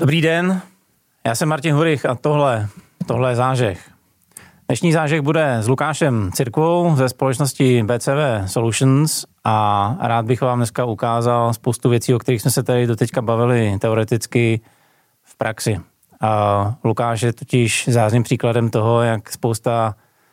Dobrý den, já jsem Martin Hurich a tohle je zážeh. Dnešní zážeh bude s Lukášem Cirkvou ze společnosti BCV Solutions a rád bych vám dneska ukázal spoustu věcí, o kterých jsme se tady doteďka bavili teoreticky v praxi. Lukáš je totiž zářným příkladem toho, jak spousta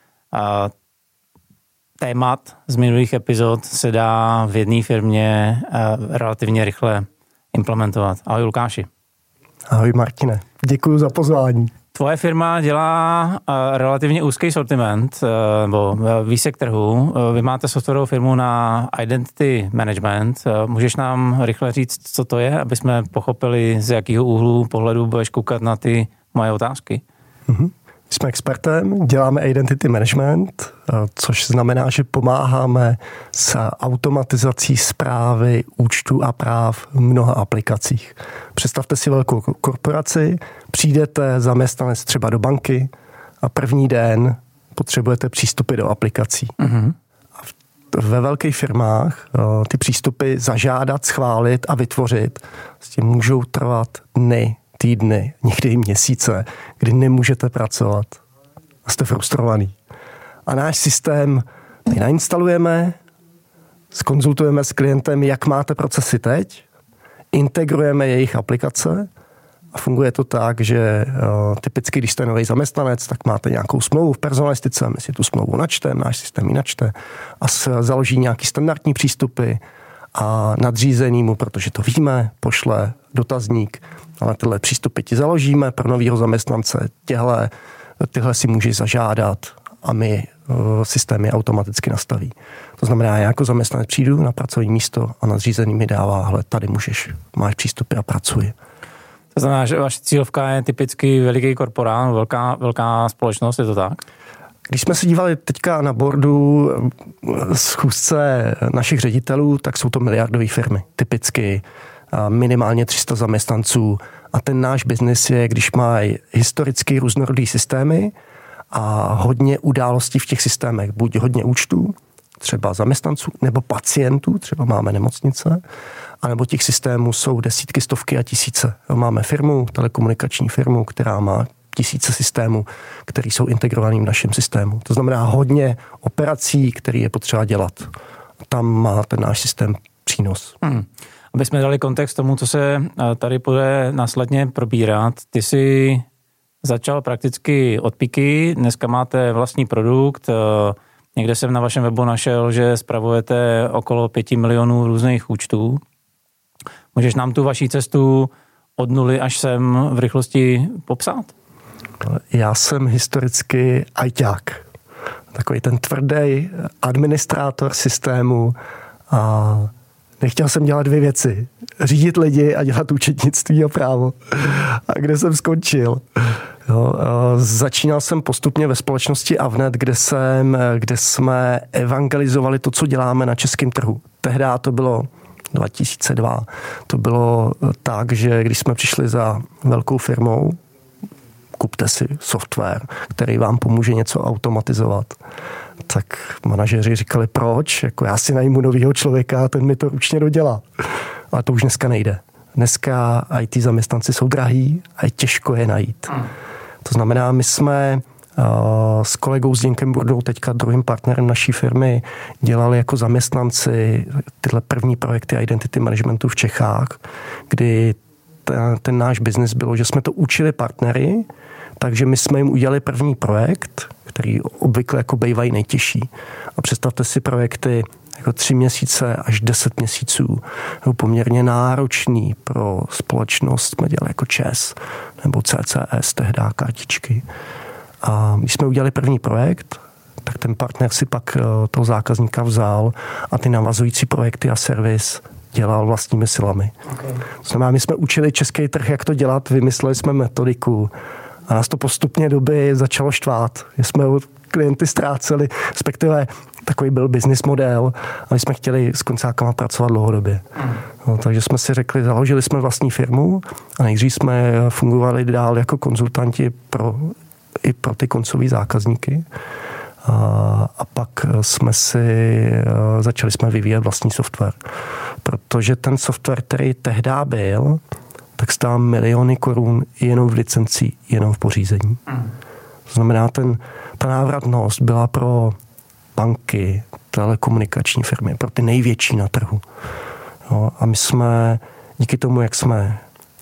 témat z minulých epizod se dá v jedné firmě relativně rychle implementovat. Ahoj Lukáši. Ahoj Martine, děkuji za pozvání. Tvoje firma dělá relativně úzký sortiment, nebo výsek trhu. Vy máte softwarovou firmu na identity management. Můžeš nám rychle říct, co to je, aby jsme pochopili, z jakého úhlu pohledu budeš koukat na ty moje otázky? Jsme expertem, děláme identity management, což znamená, že pomáháme s automatizací správy účtů a práv v mnoha aplikacích. Představte si velkou korporaci, přijdete zaměstnanec třeba do banky a první den potřebujete přístupy do aplikací. A ve velkých firmách ty přístupy zažádat, schválit a vytvořit s tím můžou trvat dny, týdny, někdy i měsíce, kdy nemůžete pracovat a jste frustrovaný. A náš systém my nainstalujeme, zkonzultujeme s klientem, jak máte procesy teď, integrujeme jejich aplikace a funguje to tak, že typicky, když jste nový zaměstnanec, tak máte nějakou smlouvu v personalistice, my si tu smlouvu načteme, náš systém ji načte a založí nějaký standardní přístupy a nadřízenýmu, protože to víme, pošle dotazník, ale tyhle přístupy ti založíme pro novýho zaměstnance, tyhle si můžeš zažádat a my systémy automaticky nastaví. To znamená, já jako zaměstnanec přijdu na pracovní místo a nadřízený mi dává, hele, tady máš přístupy a pracuji. To znamená, že vaše cílovka je typicky veliký korporát, velká společnost, je to tak? Když jsme se dívali teďka na boardu schůzce našich ředitelů, tak jsou to miliardové firmy, typicky minimálně 300 zaměstnanců. A ten náš biznis je, když mají historicky různorodý systémy a hodně událostí v těch systémech, buď hodně účtů, třeba zaměstnanců, nebo pacientů, třeba máme nemocnice, anebo těch systémů jsou desítky, stovky a tisíce. Máme firmu, telekomunikační firmu, která má tisíce systémů, které jsou integrovaný v našem systému. To znamená hodně operací, které je potřeba dělat. Tam má ten náš systém přínos. Aby jsme dali kontext tomu, co se tady bude následně probírat. Ty jsi začal prakticky od píky, dneska máte vlastní produkt. Někde jsem na vašem webu našel, že spravujete okolo 5 milionů různých účtů. Můžeš nám tu vaši cestu od nuly až sem v rychlosti popsat? Já jsem historicky ajťák. Takový ten tvrdý administrátor systému a nechtěl jsem dělat dvě věci. Řídit lidi a dělat účetnictví a právo. A kde jsem skončil? Začínal jsem postupně ve společnosti Avnet, kde jsme evangelizovali to, co děláme na českém trhu. Tehdy to bylo 2002. To bylo tak, že když jsme přišli za velkou firmou, kupte si software, který vám pomůže něco automatizovat. Tak manažeři říkali, proč? Jako já si najmu novýho člověka a ten mi to ručně dodělá. Ale to už dneska nejde. Dneska IT zaměstnanci jsou drahý a je těžko je najít. To znamená, my jsme s kolegou Zdeňkem Burdou, teďka druhým partnerem naší firmy, dělali jako zaměstnanci tyhle první projekty identity managementu v Čechách, kdy ten náš biznis bylo, že jsme to učili partnery, takže my jsme jim udělali první projekt, který obvykle jako bývají nejtěžší. A představte si projekty jako 3 měsíce až 10 měsíců. Poměrně náročný pro společnost. Jsme dělali jako ČES nebo CCS, tehdy kartičky. A když jsme udělali první projekt, tak ten partner si pak toho zákazníka vzal a ty navazující projekty a servis dělal vlastními silami. Okay. To znamená, my jsme učili český trh, jak to dělat, vymysleli jsme metodiku a nás to postupně doby začalo štvát. Jsme klienty ztráceli, respektive takový byl business model a my jsme chtěli s koncákama pracovat dlouhodobě. No, takže jsme si řekli, založili jsme vlastní firmu a nejdřív jsme fungovali dál jako konzultanti i pro ty koncové zákazníky. A pak začali jsme vyvíjet vlastní software. Protože ten software, který tehdy byl, tak stál miliony korun jenom v licenci, jenom v pořízení. To znamená, ta návratnost byla pro banky, telekomunikační firmy, pro ty největší na trhu. Jo, a my jsme díky tomu, jak jsme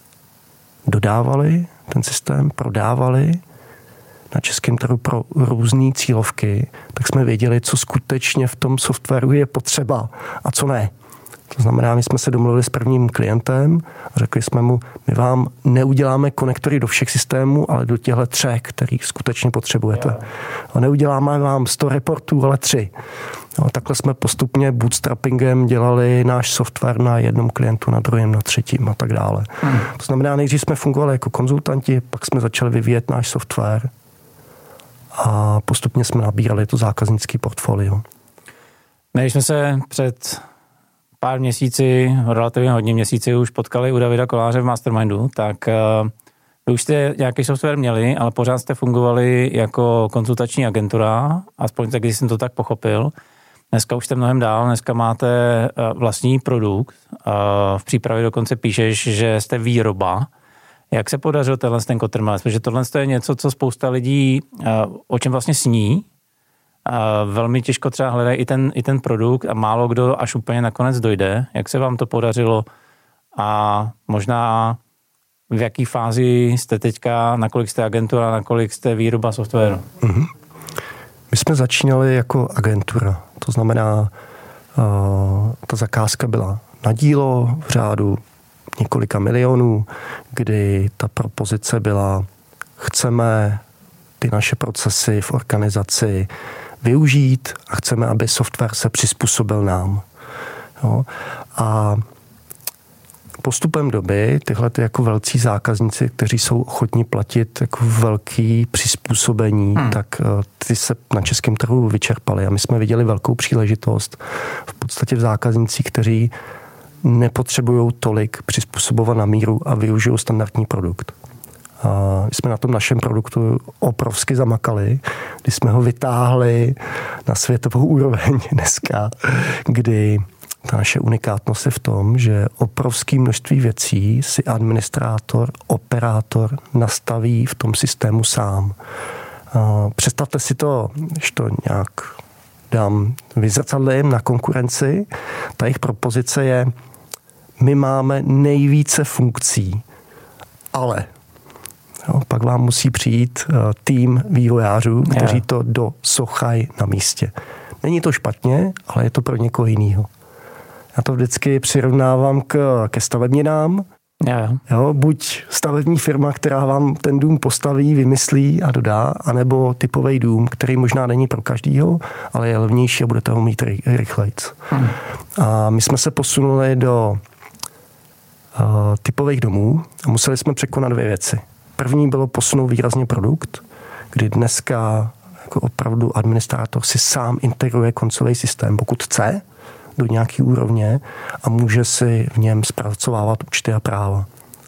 dodávali ten systém, prodávali na českém trhu pro různé cílovky, tak jsme věděli, co skutečně v tom softwaru je potřeba a co ne. To znamená, my jsme se domluvili s prvním klientem a řekli jsme mu, my vám neuděláme konektory do všech systémů, ale do těchto 3, který skutečně potřebujete. A neuděláme vám 100 reportů, ale 3. No, takhle jsme postupně bootstrappingem dělali náš software na jednom klientu, na druhém, na třetím a tak dále. To znamená, nejdřív jsme fungovali jako konzultanti, pak jsme začali vyvíjet náš software a postupně jsme nabírali to zákaznický portfolio. Když jsme se před pár měsíci, relativně hodně měsíci už potkali u Davida Koláře v Mastermindu, tak vy už jste nějaký software měli, ale pořád jste fungovali jako konzultační agentura, aspoň tak, když jsem to tak pochopil. Dneska už jste mnohem dál, dneska máte vlastní produkt, v přípravě dokonce píšeš, že jste výroba. Jak se podařil ten kotrmelec? Protože tohle je něco, co spousta lidí, o čem vlastně sní, velmi těžko třeba hledají i ten produkt a málo kdo až úplně nakonec dojde. Jak se vám to podařilo a možná v jaký fázi jste teďka, nakolik jste agentura, nakolik jste výroba softwaru? Mm-hmm. My jsme začínali jako agentura. To znamená, ta zakázka byla na dílo v řádu několika milionů, kdy ta propozice byla, chceme ty naše procesy v organizaci využít a chceme, aby software se přizpůsobil nám. Jo? A postupem doby tyhle jako velcí zákazníci, kteří jsou ochotní platit jako velký přizpůsobení, tak ty se na českém trhu vyčerpali. A my jsme viděli velkou příležitost v podstatě v zákaznících, kteří nepotřebují tolik přizpůsobovat na míru a využijou standardní produkt. A jsme na tom našem produktu obrovsky zamakali, kdy jsme ho vytáhli na světovou úroveň dneska, kdy ta naše unikátnost je v tom, že obrovské množství věcí si administrátor, operátor nastaví v tom systému sám. Představte si to, když to nějak dám vyzrcadlím na konkurenci, ta jejich propozice je, my máme nejvíce funkcí, ale pak vám musí přijít tým vývojářů, kteří to dosochají na místě. Není to špatně, ale je to pro někoho jinýho. Já to vždycky přirovnávám ke stavebninám. Jo, buď stavební firma, která vám ten dům postaví, vymyslí a dodá, anebo typový dům, který možná není pro každýho, ale je levnější a budete ho mít rychlejc. A my jsme se posunuli do typových domů a museli jsme překonat 2 věci. První bylo posunout výrazně produkt, kdy dneska jako opravdu administrátor si sám integruje koncový systém, pokud chce, do nějaké úrovně a může si v něm zpracovávat účty a práva.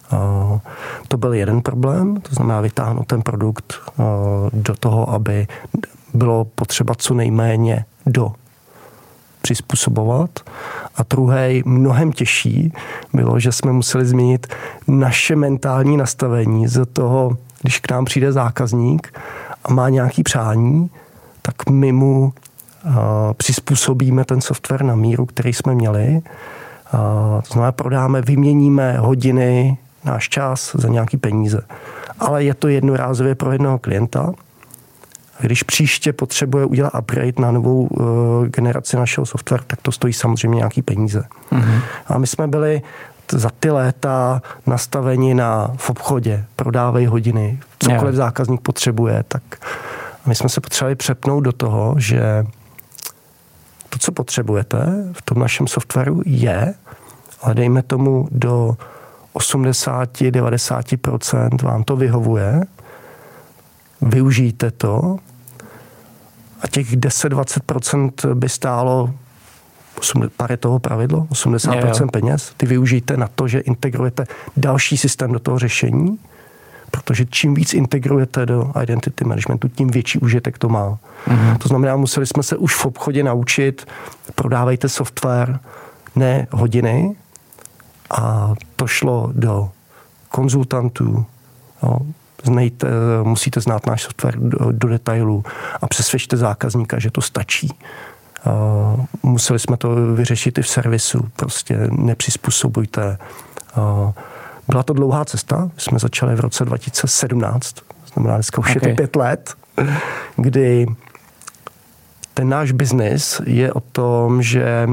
To byl jeden problém, to znamená vytáhnout ten produkt do toho, aby bylo potřeba co nejméně přizpůsobovat. A druhý, mnohem těžší, bylo, že jsme museli změnit naše mentální nastavení z toho, když k nám přijde zákazník a má nějaký přání, tak my mu přizpůsobíme ten software na míru, který jsme měli. To znamená, prodáme, vyměníme hodiny, náš čas za nějaký peníze. Ale je to jednorázově pro jednoho klienta. Když příště potřebuje udělat upgrade na novou generaci našeho softwaru, tak to stojí samozřejmě nějaký peníze. Mm-hmm. A my jsme byli za ty léta nastaveni v obchodě, prodávej hodiny, cokoliv zákazník potřebuje, tak my jsme se potřebovali přepnout do toho, že to, co potřebujete v tom našem softwaru je, ale dejme tomu do 80-90% vám to vyhovuje, využijte to a těch 10-20% by stálo Paretovo pravidlo, 80% peněz, ty využijte na to, že integrujete další systém do toho řešení, protože čím víc integrujete do identity managementu, tím větší užitek to má. Mm-hmm. To znamená, museli jsme se už v obchodě naučit, prodávejte software, ne hodiny, a to šlo do konzultantů. Jo. Musíte znát náš software do detailu a přesvědčte zákazníka, že to stačí. Museli jsme to vyřešit i v servisu. Prostě nepřizpůsobujte. Byla to dlouhá cesta. Jsme začali v roce 2017. Znamená, dneska už je to 5 let, kdy ten náš biznis je o tom, že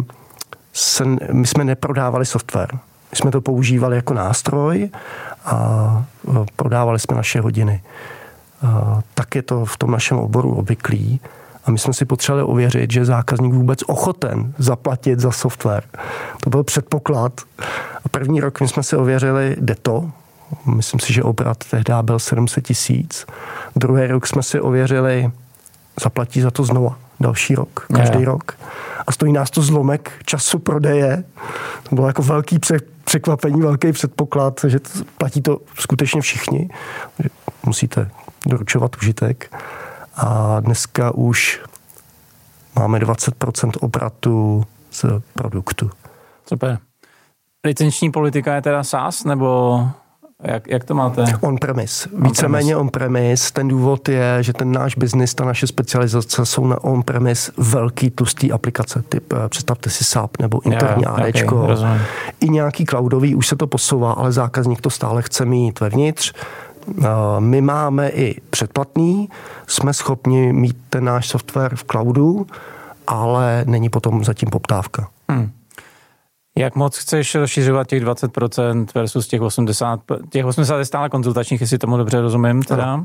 my jsme neprodávali software. My jsme to používali jako nástroj a prodávali jsme naše hodiny. Tak je to v tom našem oboru obvyklý. A my jsme si potřebovali ověřit, že je zákazník vůbec ochoten zaplatit za software. To byl předpoklad. A první rok my jsme si ověřili, jde to. Myslím si, že obrat tehdy byl 700 000. Druhý rok jsme si ověřili, zaplatí za to znova. Další rok, každý rok. A stojí nás to zlomek času prodeje. To bylo jako velký překvapení, velký předpoklad, že platí to skutečně všichni. Že musíte doručovat užitek. A dneska už máme 20% obratu z produktu. Super. Licenční politika je teda SaaS, nebo jak to máte? On-premise. Víceméně on-premise. Ten důvod je, že ten náš biznis, ta naše specializace jsou na on-premise velký tlustý aplikace. Typ, představte si SAP nebo interní ADčko. I nějaký cloudový, už se to posouvá, ale zákazník to stále chce mít vevnitř. My máme i předplatný, jsme schopni mít ten náš software v cloudu, ale není potom zatím poptávka. Jak moc chceš rozšiřovat těch 20% versus těch 80%? Těch 80% je stále konzultačních, jestli tomu dobře rozumím teda.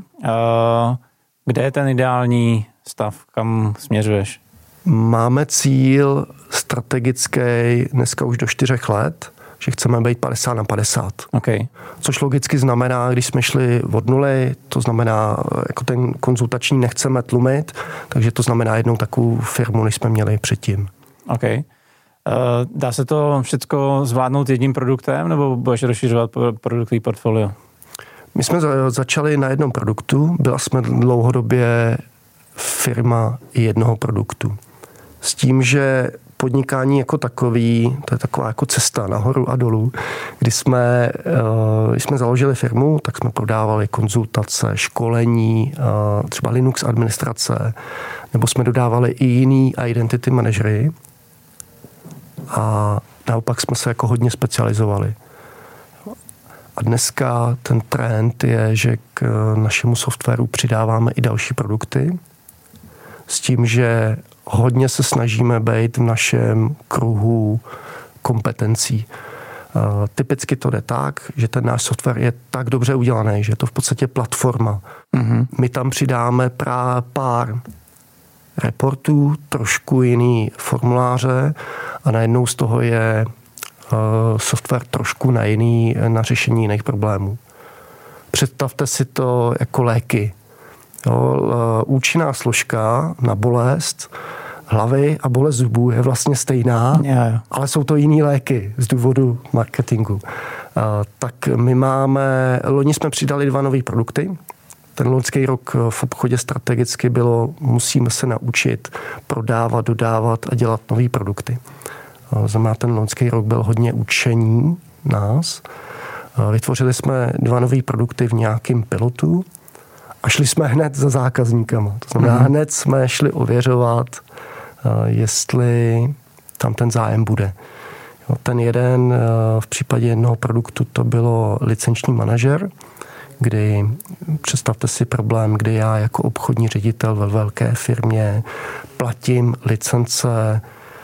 Kde je ten ideální stav, kam směřuješ? Máme cíl strategický dneska už do 4 let, že chceme být 50/50. Okay. Což logicky znamená, když jsme šli od nuly, to znamená, jako ten konzultační nechceme tlumit, takže to znamená jednou takovou firmu, než jsme měli předtím. Okay. Dá se to všechno zvládnout jedním produktem, nebo budeš rozšiřovat produktový portfolio? My jsme začali na jednom produktu, byla jsme dlouhodobě firma jednoho produktu. S tím, že podnikání jako takový, to je taková jako cesta nahoru a dolů. Když jsme založili firmu, tak jsme prodávali konzultace, školení, třeba Linux administrace, nebo jsme dodávali i jiný identity manažery. A naopak jsme se jako hodně specializovali. A dneska ten trend je, že k našemu softwaru přidáváme i další produkty s tím, že hodně se snažíme být v našem kruhu kompetencí. Typicky to jde tak, že ten náš software je tak dobře udělaný, že je to v podstatě platforma. Mm-hmm. My tam přidáme pár reportů, trošku jiný formuláře a najednou z toho je software trošku na řešení jiných problémů. Představte si to jako léky. Účinná složka na bolest hlavy a bolest zubů je vlastně stejná, ale jsou to jiný léky z důvodu marketingu. Tak my loni jsme přidali 2 nové produkty. Ten loňský rok v obchodě strategicky bylo, musíme se naučit prodávat, dodávat a dělat nové produkty. Znamená, ten loňský rok byl hodně učení nás. Vytvořili jsme 2 nové produkty v nějakém pilotu a šli jsme hned za zákazníkama. To znamená, hned jsme šli ověřovat, jestli tam ten zájem bude. Ten jeden, v případě jednoho produktu to bylo licenční manažer, kdy představte si problém, kdy já jako obchodní ředitel ve velké firmě platím licence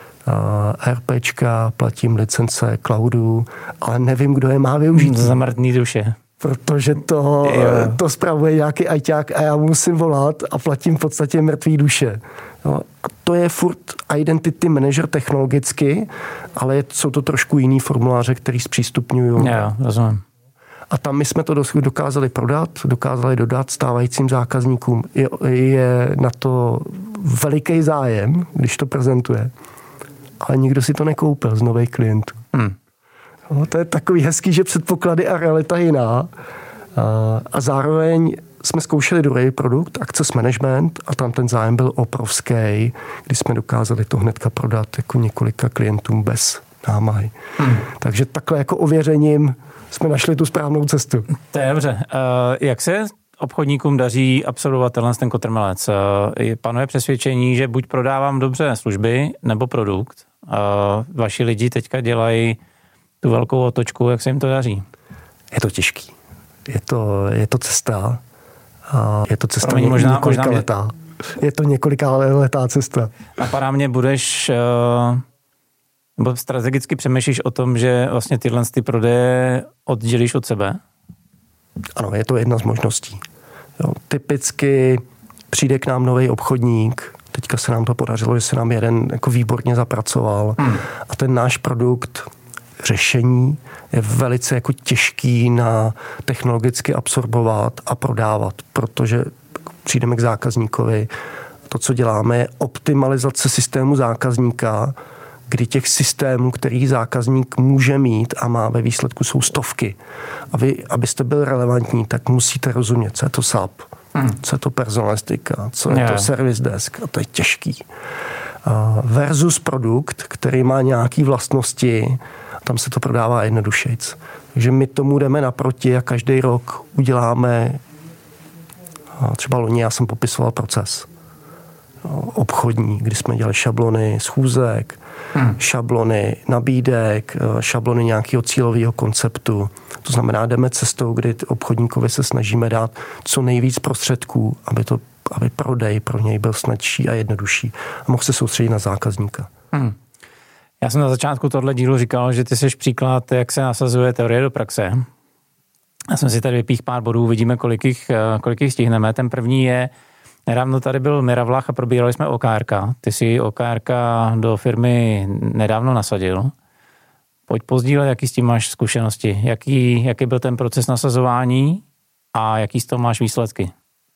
RPčka, platím licence cloudu, ale nevím, kdo je má využít. Zamrtný duše. Protože to spravuje nějaký ajťák a já musím volat a platím v podstatě mrtvý duše. A to je furt identity manager technologicky, ale jsou to trošku jiný formuláře, který zpřístupňují. Já, rozumím. A tam my jsme to dokázali prodat, dokázali dodat stávajícím zákazníkům. Je na to veliký zájem, když to prezentuje. Ale nikdo si to nekoupil z nových klientů. No, to je takový hezký, že předpoklady a realita jiná. A zároveň jsme zkoušeli druhý produkt, Access Management, a tam ten zájem byl obrovský, když jsme dokázali to hnedka prodat jako několika klientům bez námahy. Takže takhle jako ověřením jsme našli tu správnou cestu. To je dobře. Jak se obchodníkům daří absolvovat ten kotrmelec? Panuje přesvědčení, že buď prodávám dobře služby nebo produkt. Vaši lidi teďka dělají tu velkou otočku, jak se jim to daří? Je to těžký. Je to cesta. Je to cesta několika letá. Je to několika letá cesta. Napadá mě, budeš... nebo strategicky přemýšlíš o tom, že vlastně tyhle ty prodeje oddělíš od sebe? Ano, je to jedna z možností. Jo, typicky přijde k nám nový obchodník, teďka se nám to podařilo, že se nám jeden jako výborně zapracoval a ten náš produkt, řešení je velice jako těžký na technologicky absorbovat a prodávat, protože přijdeme k zákazníkovi. To, co děláme, je optimalizace systému zákazníka, kdy těch systémů, který zákazník může mít a má ve výsledku, jsou stovky. A vy, abyste byl relevantní, tak musíte rozumět, co je to SAP, co je to personalistika, co je to service desk. A to je těžký. Versus produkt, který má nějaké vlastnosti, tam se to prodává jednodušejc. Takže my tomu jdeme naproti a každý rok uděláme, třeba loni já jsem popisoval proces obchodní, kdy jsme dělali šablony schůzek, šablony nabídek, šablony nějakého cílového konceptu. To znamená, jdeme cestou, kdy obchodníkovi se snažíme dát co nejvíc prostředků, aby prodej pro něj byl snadší a jednodušší a mohl se soustředit na zákazníka. Já jsem na začátku tohle dílu říkal, že ty jsi příklad, jak se nasazuje teorie do praxe. Já jsem si tady vypích pár bodů, uvidíme, kolik jich stihneme. Ten první je, nedávno tady byl Miravlach a probírali jsme OKRK. Ty si OKRK do firmy nedávno nasadil. Pojď pozdílet, jaký s tím máš zkušenosti. Jaký byl ten proces nasazování a jaký z toho máš výsledky?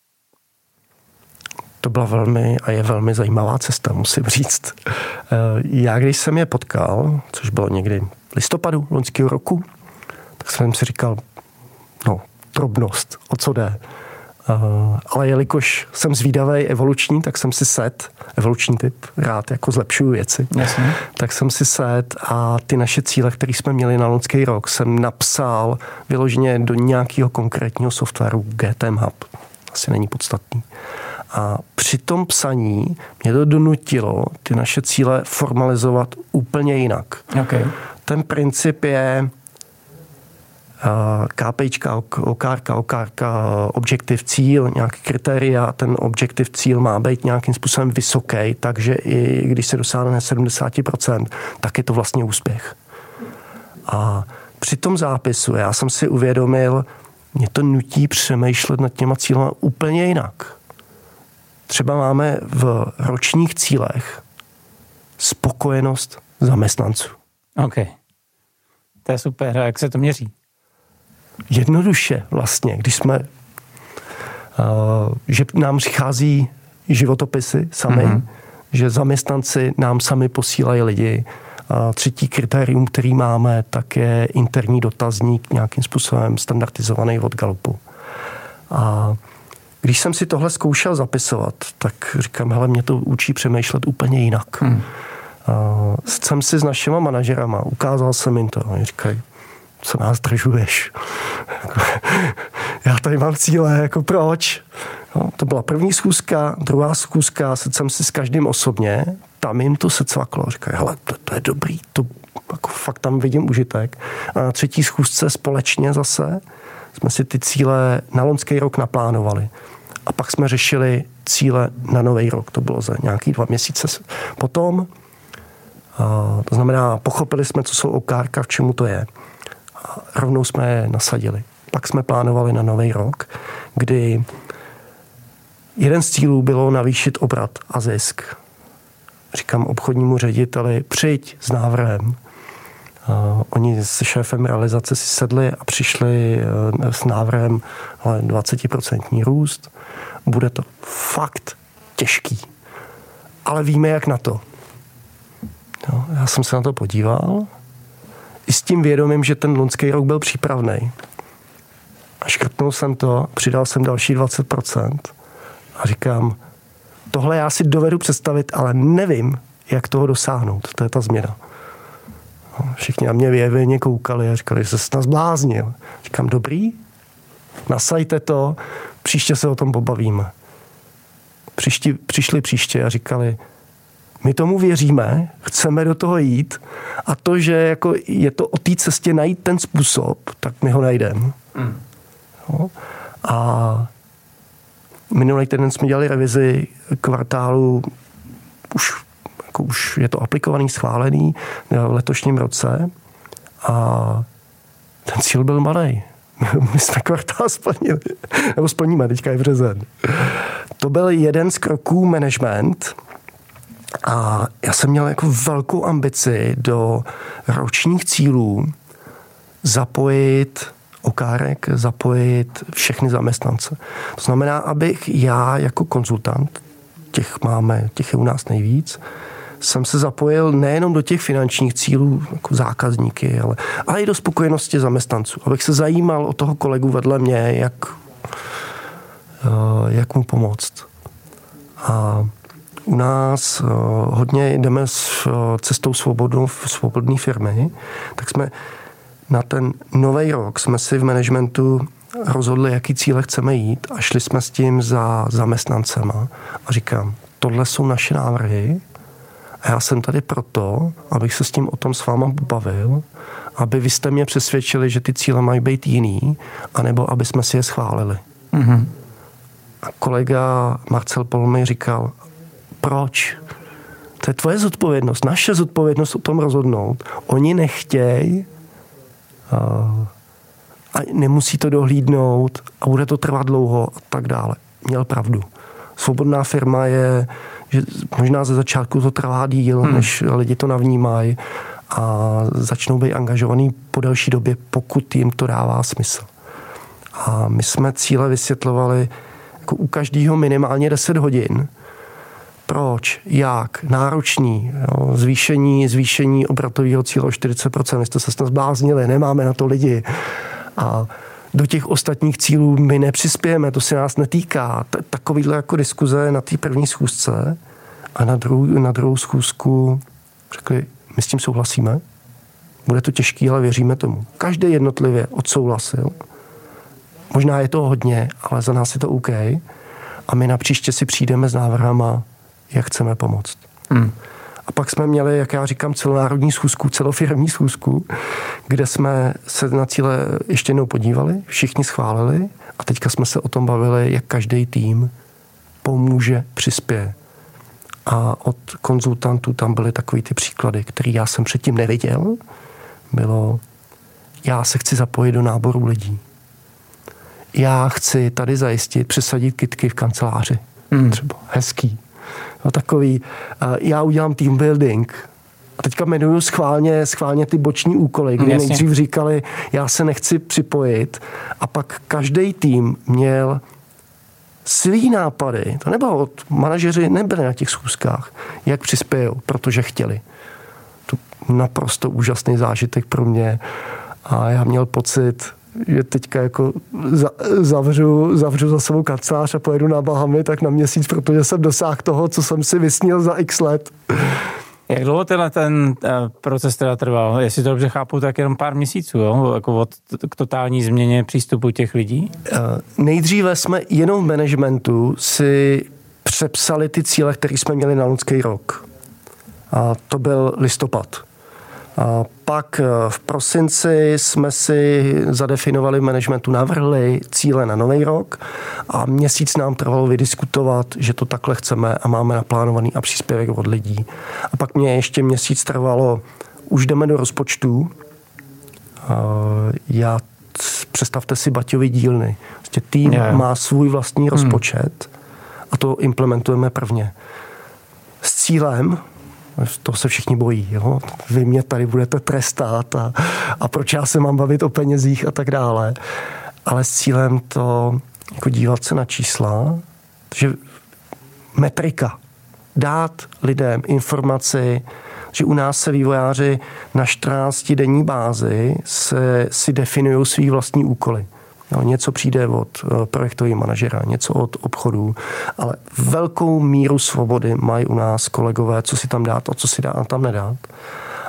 To byla velmi a je velmi zajímavá cesta, musím říct. Já, když jsem je potkal, což bylo někdy v listopadu loňského roku, tak jsem si říkal, drobnost, o co jde. Ale jelikož jsem zvídavý evoluční, tak jsem si evoluční typ, rád jako zlepšuju věci, jasně, tak jsem si a ty naše cíle, které jsme měli na loňský rok, jsem napsal vyloženě do nějakého konkrétního softwaru GTM Hub. Asi není podstatný. A při tom psaní mě to donutilo ty naše cíle formalizovat úplně jinak. Okay. Ten princip je KPIčka, OKRK, objektiv cíl, nějaký kritéria, ten objektiv cíl má být nějakým způsobem vysoký, takže i když se dosáhne 70%, tak je to vlastně úspěch. A při tom zápisu já jsem si uvědomil, mě to nutí přemýšlet nad těma cílama úplně jinak. Třeba máme v ročních cílech spokojenost zaměstnanců. OK. To je super. A jak se to měří? Jednoduše vlastně, když jsme, že nám přichází životopisy sami, že zaměstnanci nám sami posílají lidi. A třetí kritérium, který máme, tak je interní dotazník nějakým způsobem standardizovaný od Gallupu. A když jsem si tohle zkoušel zapisovat, tak říkám, hele, mě to učí přemýšlet úplně jinak. Jsem si s našima manažerama, ukázal jsem jim to. Oni říkají, co nás držuješ? Já tady mám cíle, jako proč? No, to byla první schůzka, druhá schůzka, jsem si s každým osobně, tam jim to se cvaklo. Říkají, hele, to je dobrý, to jako fakt tam vidím užitek. A na třetí schůzce společně zase jsme si ty cíle na loňský rok naplánovali. A pak jsme řešili cíle na nový rok. To bylo za nějaký 2 měsíce potom. To znamená, pochopili jsme, co jsou OKRka, v čemu to je. A rovnou jsme je nasadili. Pak jsme plánovali na nový rok, kdy jeden z cílů bylo navýšit obrat a zisk. Říkám obchodnímu řediteli, přijď s návrhem. Oni se šéfem realizace si sedli a přišli s návrhem 20% růst. Bude to fakt těžký. Ale víme, jak na to. Jo, já jsem se na to podíval i s tím vědomím, že ten loňský rok byl přípravnej. A škrtnul jsem to, přidal jsem další 20% a říkám, tohle já si dovedu představit, ale nevím, jak toho dosáhnout. To je ta změna. Všichni na mě věvěně koukali a říkali, že se nás bláznil. Říkám, dobrý, nasajte to, příště se o tom pobavíme. Přišli příště a říkali, my tomu věříme, chceme do toho jít a to, že jako je to o té cestě najít ten způsob, tak my ho najdeme. No. A minulý týden jsme dělali revizi kvartálu, už je to aplikovaný, schválený v letošním roce a ten cíl byl malej. My jsme kvartál splnili, nebo splníme, teďka je březen. To byl jeden z kroků management a já jsem měl jako velkou ambici do ročních cílů zapojit okárek, zapojit všechny zaměstnance. To znamená, abych já jako konzultant, těch je u nás nejvíc, jsem se zapojil nejenom do těch finančních cílů jako zákazníky, ale i do spokojenosti zaměstnanců. Abych se zajímal o toho kolegu vedle mě, jak mu pomoct. A u nás hodně jdeme s cestou svobodné firmy, tak jsme na ten nový rok jsme si v managementu rozhodli, jaký cíle chceme jít a šli jsme s tím za zaměstnancema a říkám, tohle jsou naše návrhy a já jsem tady proto, abych se s tím o tom s váma bavil, aby vy jste mě přesvědčili, že ty cíle mají být jiný, anebo aby jsme si je schválili. Mm-hmm. A kolega Marcel Pol mi říkal, proč? To je tvoje zodpovědnost, naše zodpovědnost o tom rozhodnout. Oni nechtějí a nemusí to dohlídnout a bude to trvat dlouho a tak dále. Měl pravdu. Svobodná firma je, že možná ze začátku to trvá díl, než lidi to navnímají a začnou být angažovaný po delší době, pokud jim to dává smysl. A my jsme cíle vysvětlovali jako u každého minimálně 10 hodin. Proč? Jak? Náročný. Jo? Zvýšení obratového cíle o 40%. Vy jste se snad zbláznili, nemáme na to lidi. A do těch ostatních cílů my nepřispějeme, to se nás netýká. Takovýhle jako diskuze na té první schůzce a na druhou schůzku řekli, my s tím souhlasíme. Bude to těžký, ale věříme tomu. Každý jednotlivě odsouhlasil. Možná je to hodně, ale za nás je to OK. A my napříště si přijdeme s návrhama, jak chceme pomoct. A pak jsme měli, jak já říkám, celonárodní schůzku, celofiremní schůzku, kde jsme se na cíle ještě jednou podívali, všichni schválili a teďka jsme se o tom bavili, jak každý tým pomůže, přispěje. A od konzultantů tam byly takový ty příklady, které já jsem předtím neviděl. Bylo, já se chci zapojit do náboru lidí. Já chci tady zajistit, přesadit kytky v kanceláři. Třeba hezký. No, takový, já udělám team building. A teďka jmenuju schválně ty boční úkoly, kdy nejdřív říkali, já se nechci připojit. A pak každý tým měl svý nápady. To nebylo, manažeři nebyli na těch schůzkách, jak přispějou, protože chtěli. To naprosto úžasný zážitek pro mě. A já měl pocit, že teďka jako zavřu za sebou kancelář a pojedu na Bahamy tak na měsíc, protože jsem dosáhl toho, co jsem si vysnil za x let. Jak dlouho ten proces teda trval? Jestli to dobře chápu, tak jenom pár měsíců, jo? Jako k totální změně přístupu těch lidí? Nejdříve jsme jenom v managementu si přepsali ty cíle, které jsme měli na loňský rok. A to byl listopad. A pak v prosinci jsme si zadefinovali v managementu, navrhli cíle na nový rok a měsíc nám trvalo vydiskutovat, že to takhle chceme a máme naplánovaný a příspěvek od lidí. A pak mě ještě měsíc trvalo, už jdeme do rozpočtu. Představte si Baťovy dílny. Tým má svůj vlastní rozpočet a to implementujeme prvně. S cílem, to se všichni bojí, jo? Vy mě tady budete trestat a proč já se mám bavit o penězích a tak dále. Ale s cílem to jako dívat se na čísla, že metrika, dát lidem informaci, že u nás se vývojáři na 14denní bázi si definují svý vlastní úkoly. No, něco přijde od projektového manažera, něco od obchodů, ale velkou míru svobody mají u nás kolegové, co si tam dát a co si dát a tam nedát.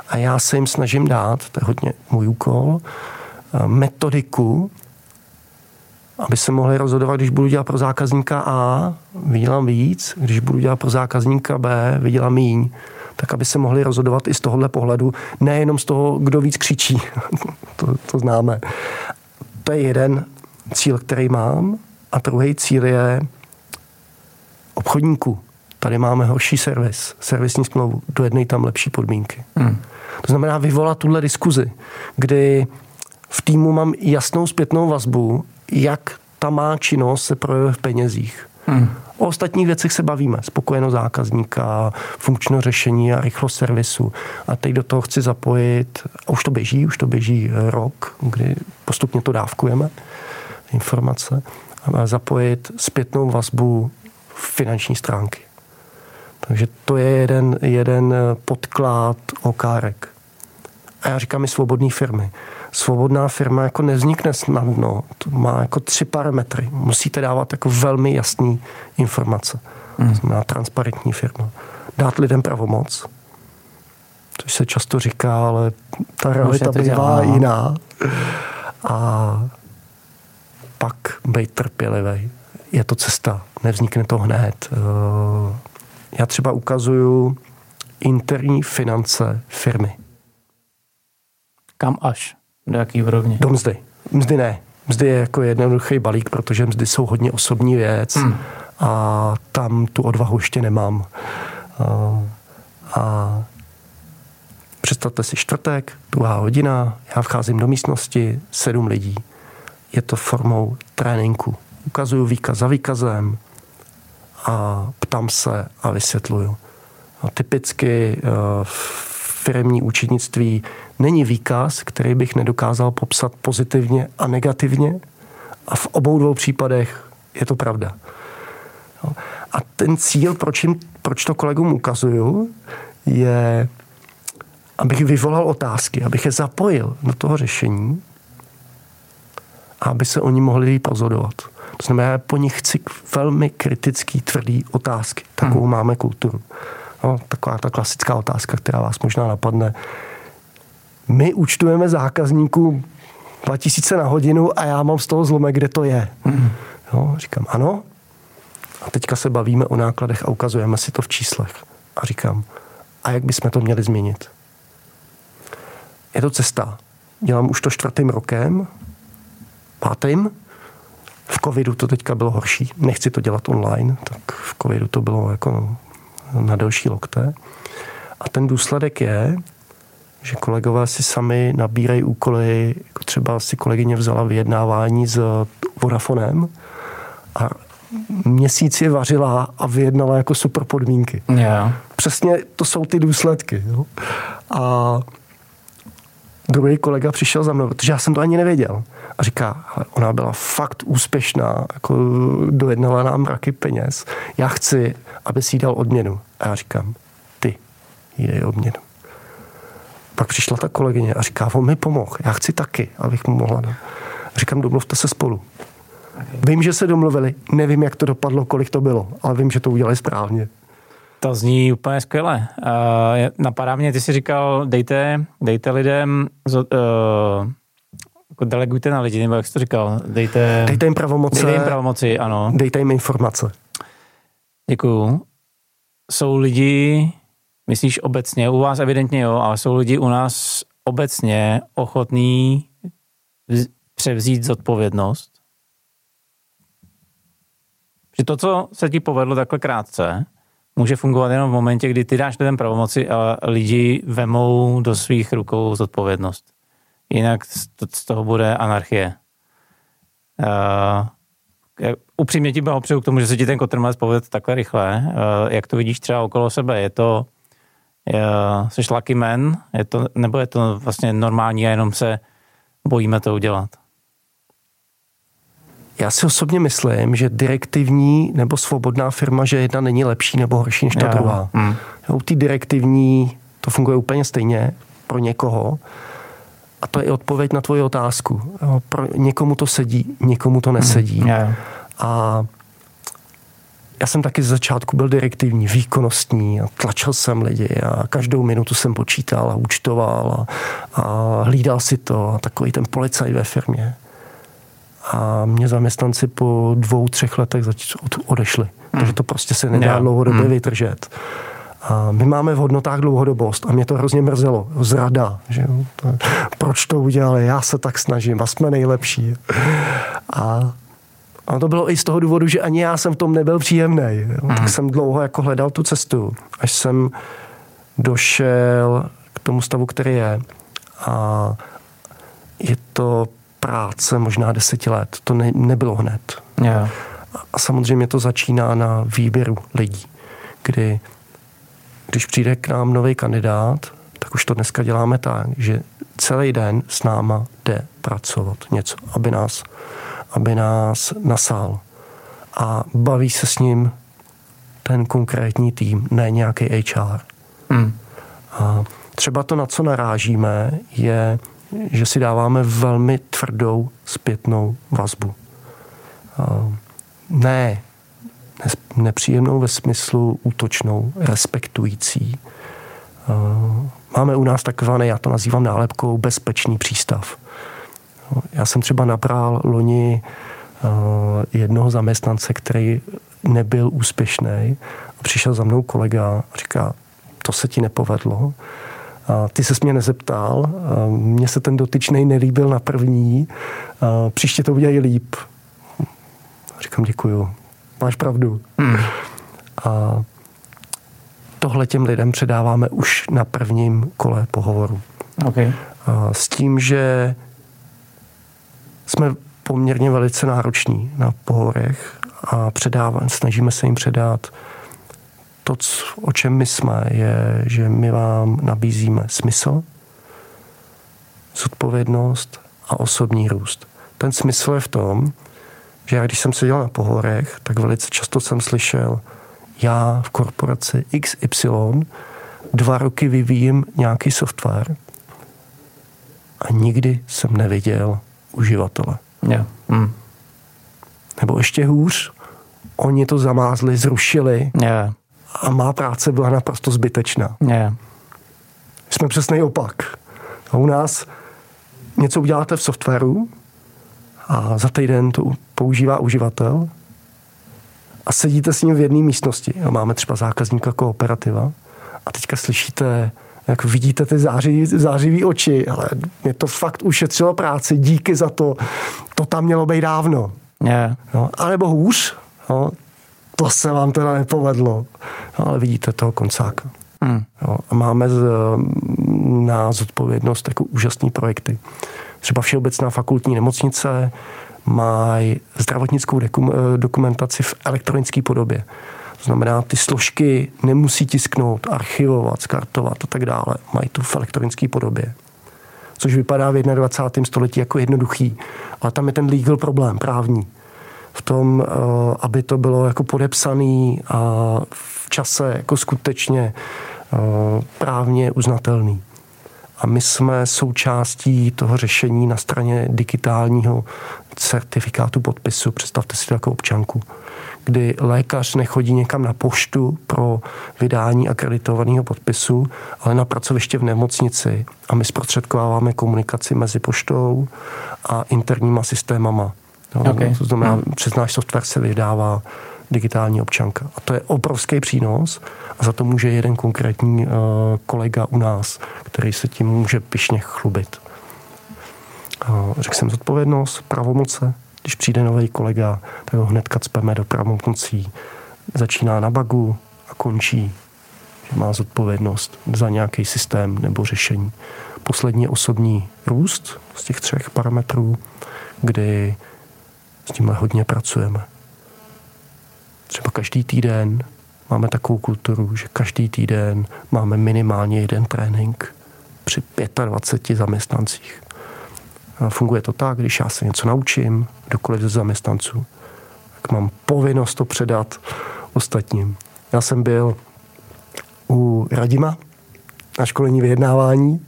a já se jim snažím dát, to je hodně můj úkol, metodiku, aby se mohli rozhodovat, když budu dělat pro zákazníka A, vydělám víc, když budu dělat pro zákazníka B, vydělám míň. Tak aby se mohli rozhodovat i z tohohle pohledu, nejenom z toho, kdo víc křičí. to známe. To je jeden cíl, který mám. A druhý cíl je obchodníků. Tady máme horší servisní smlouvu. Dojednej tam lepší podmínky. To znamená vyvolat tuhle diskuzi, kdy v týmu mám jasnou zpětnou vazbu, jak ta má činnost se projevuje v penězích. O ostatních věcech se bavíme. Spokojenost zákazníka, funkčnost řešení a rychlost servisu. A teď do toho chci zapojit, a už to běží rok, kdy postupně to dávkujeme, informace, a zapojit zpětnou vazbu finanční stránky. Takže to je jeden podklad okárek. A já říkám i svobodné firmy. Svobodná firma jako nevznikne snadno. To má jako 3 parametry. Musíte dávat jako velmi jasný informace. To znamená transparentní firma. Dát lidem pravomoc, což se často říká, ale ta realita bývá jiná. A pak být trpělivý. Je to cesta. Nevznikne to hned. Já třeba ukazuju interní finance firmy. Kam až? Do jaký úrovně? Do mzdy. Mzdy ne. Mzdy je jako jednoduchý balík, protože mzdy jsou hodně osobní věc a tam tu odvahu ještě nemám. A představte si čtvrtek, 2 hodina, já vcházím do místnosti, 7 lidí. Je to formou tréninku. Ukazuju výkaz za výkazem a ptám se a vysvětluju. A typicky firemní účetnictví není výkaz, který bych nedokázal popsat pozitivně a negativně a v obou 2 případech je to pravda. A ten cíl, proč to kolegům ukazuju, je, abych vyvolal otázky, abych je zapojil do toho řešení a aby se oni mohli líp rozhodovat. To znamená, já po nich chci velmi kritický, tvrdý otázky. Takovou máme kulturu. No, taková ta klasická otázka, která vás možná napadne. My účtujeme zákazníků 2000 na hodinu a já mám z toho zlomek, kde to je. Jo, říkám ano. A teďka se bavíme o nákladech a ukazujeme si to v číslech. A říkám, a jak bychom to měli změnit? Je to cesta. Dělám už to 4. rokem, 5. V covidu to teďka bylo horší. Nechci to dělat online, tak v covidu to bylo jako na delší lokte. A ten důsledek je, že kolegové si sami nabírají úkoly, jako třeba si kolegyně vzala vyjednávání s Vodafonem a měsíc je vařila a vyjednala jako super podmínky. Yeah. Přesně to jsou ty důsledky. Jo? A druhý kolega přišel za mnou, protože já jsem to ani nevěděl. A říká, ale ona byla fakt úspěšná, jako dojednala nám mraky peněz. Já chci, aby si jí dal odměnu. A já říkám, ty jí dej odměnu. Pak přišla ta kolegyně a říká, on mi pomohl, já chci taky, abych mu mohla dát. Říkám, domluvte se spolu. Okay. Vím, že se domluvili, nevím, jak to dopadlo, kolik to bylo, ale vím, že to udělali správně. To zní úplně skvěle. Napadá mě, ty jsi říkal, dejte lidem, delegujte na lidi, nebo jak jsi to říkal? Dejte jim pravomoci, ano. Dejte jim informace. Děkuju. Jsou lidi, myslíš obecně, u vás evidentně jo, ale jsou lidi u nás obecně ochotní převzít zodpovědnost? Že to, co se ti povedlo takhle krátce, může fungovat jenom v momentě, kdy ty dáš lidem pravomoci a lidi vemou do svých rukou zodpovědnost. Jinak z toho bude anarchie. Upřímně ti blahopřeju k tomu, že se ti ten kotrmelec povedl takhle rychle. Jak to vidíš třeba okolo sebe? Jsi lucky man? Nebo je to vlastně normální a jenom se bojíme to udělat? Já si osobně myslím, že direktivní nebo svobodná firma, že jedna není lepší nebo horší než ta druhá. U té direktivní to funguje úplně stejně pro někoho. A to je i odpověď na tvoji otázku. Pro někomu to sedí, někomu to nesedí. A já jsem taky z začátku byl direktivní, výkonnostní a tlačil jsem lidi a každou minutu jsem počítal a účtoval a hlídal si to a takový ten policajt ve firmě. A mě zaměstnanci po 2-3 letech odešli. Takže to prostě se nedá dlouhodobě vydržet. A my máme v hodnotách dlouhodobost a mě to hrozně mrzelo. Zrada. Že? Proč to udělali? Já se tak snažím a jsme nejlepší. A to bylo i z toho důvodu, že ani já jsem v tom nebyl příjemnej. Tak jsem dlouho jako hledal tu cestu, až jsem došel k tomu stavu, který je. A je to práce možná 10 let. To nebylo hned. Yeah. A samozřejmě to začíná na výběru lidí, když přijde k nám nový kandidát, tak už to dneska děláme tak, že celý den s náma jde pracovat něco, aby nás nasál. A baví se s ním ten konkrétní tým, ne nějaký HR. A třeba to, na co narážíme, je, že si dáváme velmi tvrdou zpětnou vazbu. Ne nepříjemnou ve smyslu útočnou, respektující. Máme u nás takzvané, já to nazývám nálepkou, bezpečný přístav. Já jsem třeba nabral loni jednoho zaměstnance, který nebyl úspěšný a přišel za mnou kolega a říká, to se ti nepovedlo. A ty ses mě nezeptal, mně se ten dotyčnej nelíbil na první, příště to udělají líp. A říkám, děkuju. Máš pravdu. A tohle těm lidem předáváme už na prvním kole pohovoru. Okay. S tím, že jsme poměrně velice nároční na pohovorech a snažíme se jim předat to, o čem my jsme, je, že my vám nabízíme smysl, zodpovědnost a osobní růst. Ten smysl je v tom, že já, když jsem seděl na pohovorech, tak velice často jsem slyšel, já v korporaci XY 2 roky vyvíjím nějaký software a nikdy jsem neviděl uživatele. Yeah. Nebo ještě hůř, oni to zamázli, zrušili a má práce byla naprosto zbytečná. Jsme přesný opak. A u nás něco uděláte v softwaru a za týden to používá uživatel a sedíte s ním v jedné místnosti. A máme třeba zákazníka kooperativa a teďka slyšíte, jak vidíte ty zářivý oči, ale mě to fakt ušetřilo práci, díky za to, to tam mělo být dávno. No, alebo hůř, no, to se vám teda nepovedlo. No, ale vidíte toho koncáka. No, a máme na zodpovědnost jako úžasný projekty. Třeba Všeobecná fakultní nemocnice mají zdravotnickou dokumentaci v elektronické podobě. To znamená, ty složky nemusí tisknout, archivovat, skartovat a tak dále. Mají tu v elektronické podobě. Což vypadá v 21. století jako jednoduchý. Ale tam je ten legal problém, právní. V tom, aby to bylo jako podepsaný a v čase jako skutečně právně uznatelný. A my jsme součástí toho řešení na straně digitálního certifikátu podpisu. Představte si to jako občanku, kdy lékař nechodí někam na poštu pro vydání akreditovaného podpisu, ale na pracoviště v nemocnici. A my zprostředkováváme komunikaci mezi poštou a interníma systémama. Okay. To znamená, přes náš software se vydává digitální občanka. A to je obrovský přínos a za to může jeden konkrétní kolega u nás, který se tím může pyšně chlubit. Řekl jsem zodpovědnost, pravomoce. Když přijde nový kolega, tak ho hnedka cpeme do pravomocí. Začíná na bugu a končí, že má zodpovědnost za nějaký systém nebo řešení. Poslední je osobní růst z těch 3 parametrů, kdy s tímhle hodně pracujeme. Třeba každý týden máme takovou kulturu, že každý týden máme minimálně 1 trénink při 25 zaměstnancích. A funguje to tak, když já se něco naučím, kdokoliv ze zaměstnanců, tak mám povinnost to předat ostatním. Já jsem byl u Radima na školení vyjednávání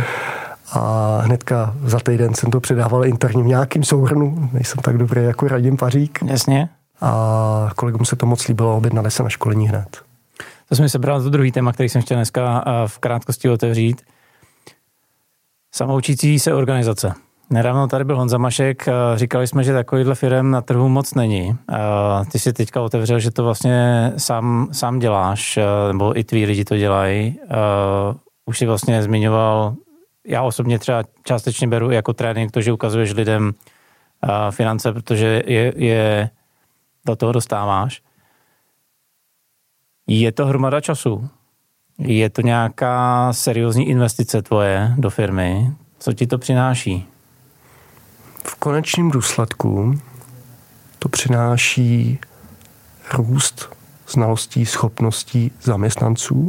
a hnedka za týden jsem to předával interně v nějakým souhrnu. Nejsem tak dobrý jako Radim Pařík. Jasně. a kolegům se to moc líbilo, objednali se na školení hned. To jsme sebral to druhý téma, který jsem chtěl dneska v krátkosti otevřít. Samoučící se organizace. Nedávno tady byl Honza Mašek, říkali jsme, že takovýhle firem na trhu moc není. Ty si teďka otevřel, že to vlastně sám děláš, nebo i tví lidi to dělají. Už si vlastně zmiňoval, já osobně třeba částečně beru jako trénink to, že ukazuješ lidem finance, protože je do toho dostáváš. Je to hromada času. Je to nějaká seriózní investice tvoje do firmy. Co ti to přináší? V konečném důsledku to přináší růst znalostí, schopností zaměstnanců,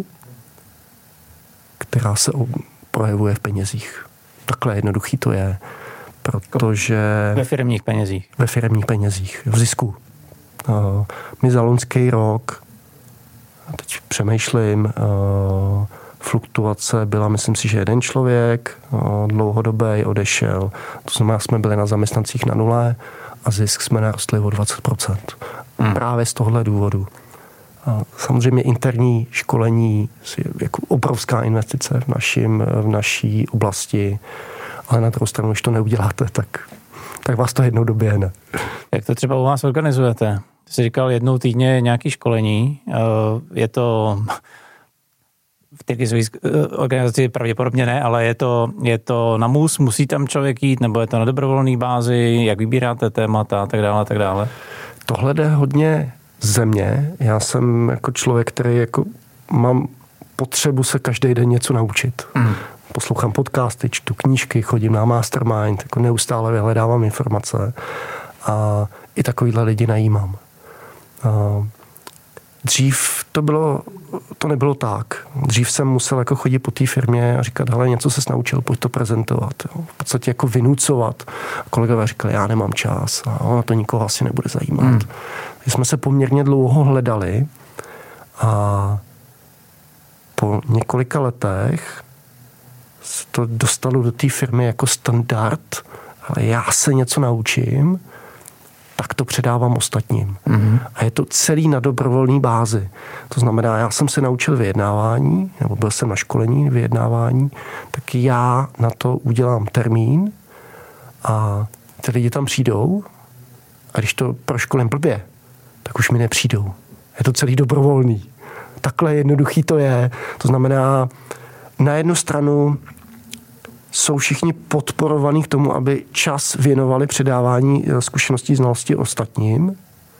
která se projevuje v penězích. Takhle jednoduchý to je, protože... Ve firemních penězích. Ve firemních penězích, v zisku. My za loňský rok, teď přemýšlím, fluktuace byla, myslím si, že jeden člověk dlouhodobý odešel. To znamená, jsme byli na zaměstnancích na nule a zisk jsme narostli o 20%. Právě z tohle důvodu. Samozřejmě interní školení je jako obrovská investice v naší oblasti, ale na druhou stranu, když to neuděláte, tak vás to jednou doběhne. Jak to třeba u vás organizujete? Ty jsi říkal jednou týdně nějaké školení. Je to v té organizaci pravděpodobně ne, ale je to na mus, musí tam člověk jít, nebo je to na dobrovolné bázi, jak vybíráte témata a tak dále, a tak dále? Tohle jde hodně ze mě. Já jsem jako člověk, který jako mám potřebu se každý den něco naučit. Poslouchám podcasty, čtu knížky, chodím na mastermind, jako neustále vyhledávám informace a i takovýhle lidi najímám. Dřív to nebylo tak. Dřív jsem musel jako chodit po té firmě a říkat, hele, něco ses naučil, pojď to prezentovat. Jo. V podstatě jako vynucovat. A kolegové říkali, já nemám čas a to nikoho asi nebude zajímat. Jsme se poměrně dlouho hledali a po několika letech se to dostalo do té firmy jako standard, ale já se něco naučím, tak to předávám ostatním. A je to celý na dobrovolné bázi. To znamená, já jsem se naučil vyjednávání, nebo byl jsem na školení vyjednávání, tak já na to udělám termín a ty lidi tam přijdou a když to proškolím blbě, tak už mi nepřijdou. Je to celý dobrovolný. Takhle jednoduchý to je. To znamená, na jednu stranu jsou všichni podporovaní k tomu, aby čas věnovali předávání zkušeností, znalostí ostatním.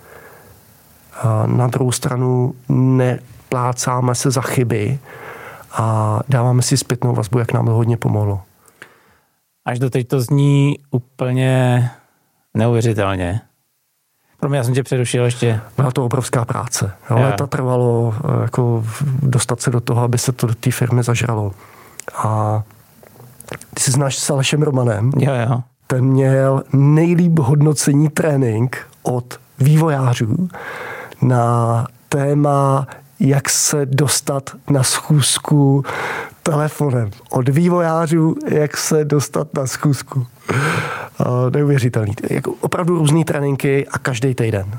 A na druhou stranu neplácáme se za chyby a dáváme si zpětnou vazbu, jak nám to hodně pomohlo. Až doteď to zní úplně neuvěřitelně. Pro mě, já jsem tě přerušil ještě. Byla to obrovská práce. Léta trvalo jako dostat se do toho, aby se to do té firmy zažralo. A ty se znáš s Alešem Romanem. Jo. Ten měl nejlíp hodnocení trénink od vývojářů na téma, jak se dostat na schůzku telefonem. Od vývojářů, jak se dostat na schůzku. Neuvěřitelný. Jako opravdu různý tréninky a každý týden.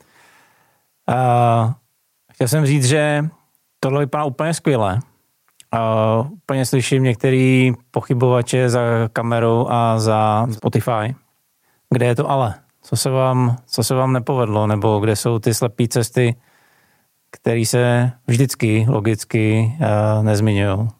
Chtěl jsem říct, že tohle vypadá úplně skvěle. Úplně slyším některý pochybovače za kamerou a za Spotify. Kde je to ale? Co se vám nepovedlo? Nebo kde jsou ty slepé cesty, které se vždycky logicky nezmiňují?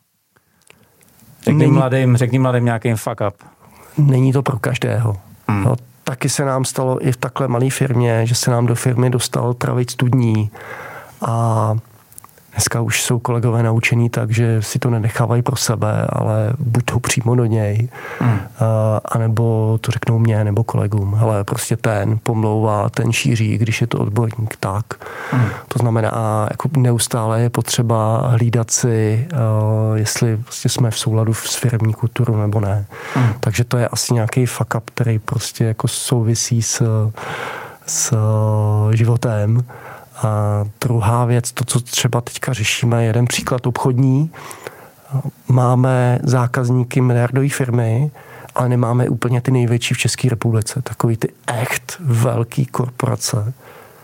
Řekni mladým nějakým fuck up. Není to pro každého. No, taky se nám stalo i v takhle malé firmě, že se nám do firmy dostal travit studní a dneska už jsou kolegové naučení tak, že si to nenechávají pro sebe, ale buď to přímo do něj, anebo to řeknou mně nebo kolegům. Hele, prostě ten pomlouvá, ten šíří, když je to odborník, tak. To znamená, jako neustále je potřeba hlídat si, jestli vlastně jsme v souladu s firemní kulturou nebo ne. Takže to je asi nějaký fuck up, který prostě jako souvisí s životem. A druhá věc, to, co třeba teďka řešíme, jeden příklad obchodní. Máme zákazníky miliardové firmy, ale nemáme úplně ty největší v České republice. Takový ty echt velký korporace.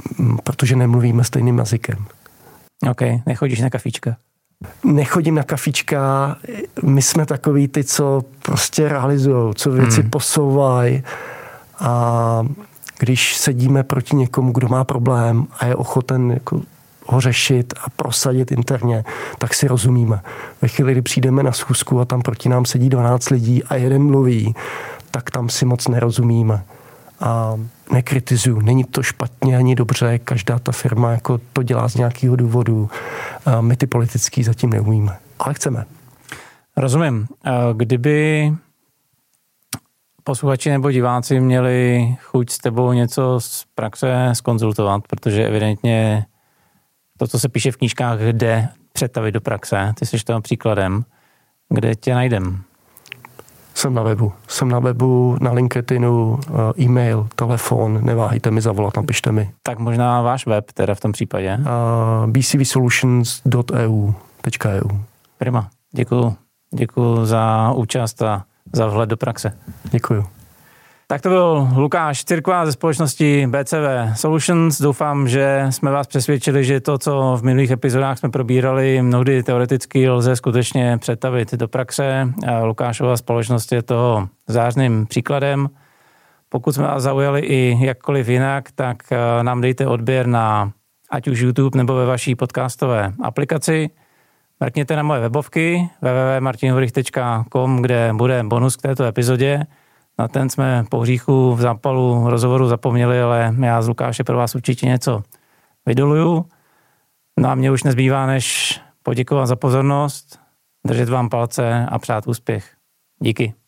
protože nemluvíme stejným jazykem. OK, nechodíš na kafička? Nechodím na kafička, my jsme takový ty, co prostě realizujou, co věci posouvají a když sedíme proti někomu, kdo má problém a je ochoten jako ho řešit a prosadit interně, tak si rozumíme. Ve chvíli, kdy přijdeme na schůzku a tam proti nám sedí 12 lidí a jeden mluví, tak tam si moc nerozumíme. A nekritizuju, není to špatně ani dobře, každá ta firma jako to dělá z nějakého důvodu. A my ty politický zatím neumíme, ale chceme. Rozumím. Kdyby posluchači nebo diváci měli chuť s tebou něco z praxe zkonzultovat, protože evidentně to, co se píše v knížkách, jde přetavit do praxe. Ty jsi toho příkladem. Kde tě najdem? Jsem na webu, na LinkedInu, e-mail, telefon, neváhejte mi zavolat, napište mi. Tak možná váš web teda v tom případě? bcvsolutions.eu. Prima, děkuju za účast a za vhled do praxe. Děkuju. Tak to byl Lukáš Cirkva ze společnosti BCV Solutions. Doufám, že jsme vás přesvědčili, že to, co v minulých epizodách jsme probírali, mnohdy teoreticky lze skutečně přetavit do praxe. Lukášova společnost je toho zářným příkladem. Pokud jsme vás zaujali i jakkoliv jinak, tak nám dejte odběr na ať už YouTube nebo ve vaší podcastové aplikaci. Mrkněte na moje webovky www.martinhurich.com, kde bude bonus k této epizodě. Na ten jsme po hříchu v zápalu rozhovoru zapomněli, ale já z Lukáše pro vás určitě něco vydoluju. No a mě už nezbývá, než poděkovat za pozornost, držet vám palce a přát úspěch. Díky.